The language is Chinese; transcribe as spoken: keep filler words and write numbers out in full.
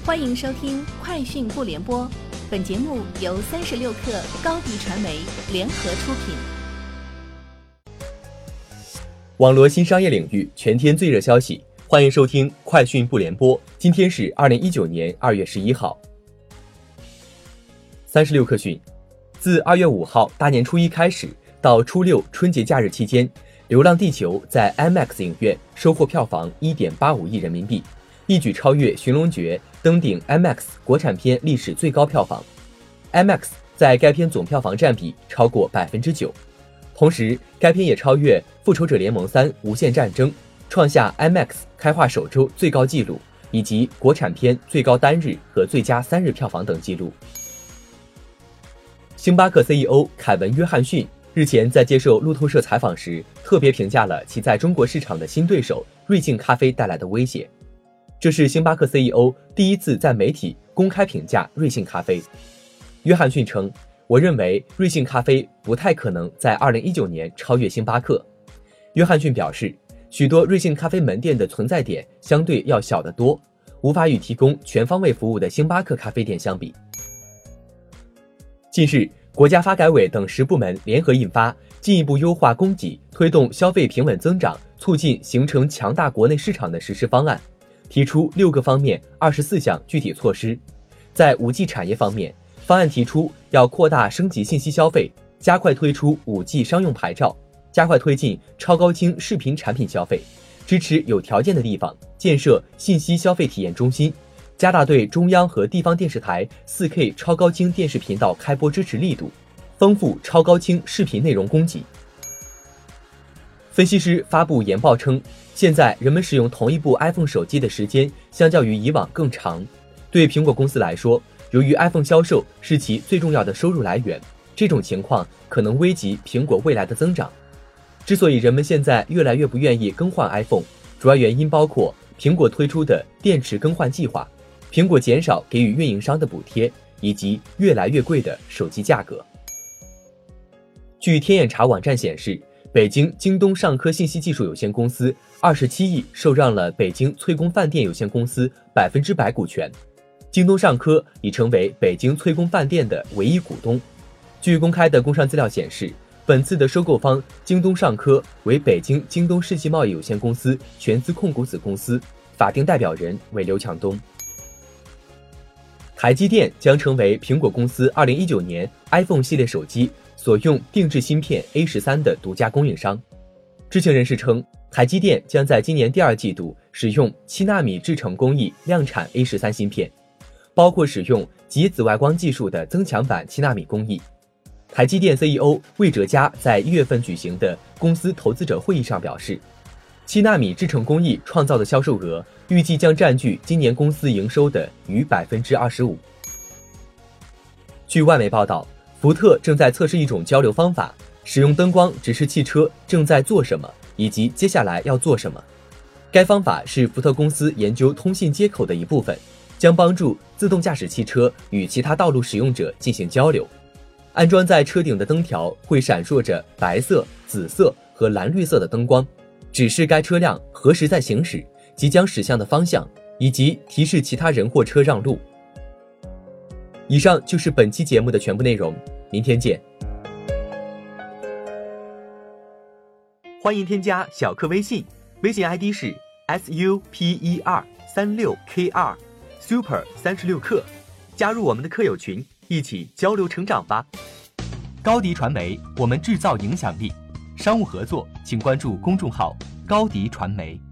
欢迎收听快讯不联播，本节目由三十六克高低传媒联合出品。 网络新商业领域全天最热消息，欢迎收听快讯不联播。今天是二零一九年二月十一号。三十六克讯，自二月五号大年初一开始到初六春节假日期间，《流浪地球》在 I M A X 影院收获票房 一点八五亿人民币，一举超越《寻龙诀》，登顶 I M A X 国产片历史最高票房。I M A X 在该片总票房占比超过 百分之九， 同时该片也超越《复仇者联盟三：无限战争》，创下 I M A X 开画首周最高纪录，以及国产片最高单日和最佳三日票房等纪录。星巴克 C E O 凯文·约翰逊日前在接受路透社采访时，特别评价了其在中国市场的新对手瑞幸咖啡带来的威胁。这是星巴克 C E O 第一次在媒体公开评价瑞幸咖啡。约翰逊称，我认为瑞幸咖啡不太可能在二零一九年超越星巴克。约翰逊表示，许多瑞幸咖啡门店的存在点相对要小得多，无法与提供全方位服务的星巴克咖啡店相比。近日，国家发改委等十部门联合印发《进一步优化供给，推动消费平稳增长，促进形成强大国内市场的实施方案》，提出六个方面二十四项具体措施。在 五 G 产业方面，方案提出要扩大升级信息消费，加快推出 五 G 商用牌照，加快推进超高清视频产品消费，支持有条件的地方建设信息消费体验中心，加大对中央和地方电视台 四 K 超高清电视频道开播支持力度，丰富超高清视频内容供给。分析师发布研报称，现在人们使用同一部 iPhone 手机的时间相较于以往更长。对苹果公司来说，由于 iPhone 销售是其最重要的收入来源，这种情况可能危及苹果未来的增长。之所以人们现在越来越不愿意更换 iPhone， 主要原因包括苹果推出的电池更换计划，苹果减少给予运营商的补贴，以及越来越贵的手机价格。据天眼查网站显示，北京京东上科信息技术有限公司二十七亿受让了北京翠宫饭店有限公司百分之百股权，京东上科已成为北京翠宫饭店的唯一股东。据公开的工商资料显示，本次的收购方京东上科为北京京东世纪贸易有限公司全资控股子公司，法定代表人为刘强东。台积电将成为苹果公司二零一九年 iPhone 系列手机所用定制芯片 A 十三 的独家供应商。知情人士称，台积电将在今年第二季度使用七纳米制程工艺量产 A 十三 芯片，包括使用极紫外光技术的增强版七纳米工艺。台积电 C E O 魏哲嘉在一月份举行的公司投资者会议上表示，七纳米制程工艺创造的销售额预计将占据今年公司营收的逾 百分之二十五。 据外媒报道，福特正在测试一种交流方法，使用灯光指示汽车正在做什么以及接下来要做什么。该方法是福特公司研究通信接口的一部分，将帮助自动驾驶汽车与其他道路使用者进行交流。安装在车顶的灯条会闪烁着白色、紫色和蓝绿色的灯光，指示该车辆何时在行驶、即将驶向的方向，以及提示其他人或车让路。以上就是本期节目的全部内容，明天见。欢迎添加小课微信，微信 I D 是 S U P E R 三六 K 二 Super 三十六课，加入我们的课友群，一起交流成长吧。高迪传媒，我们制造影响力。商务合作请关注公众号高迪传媒。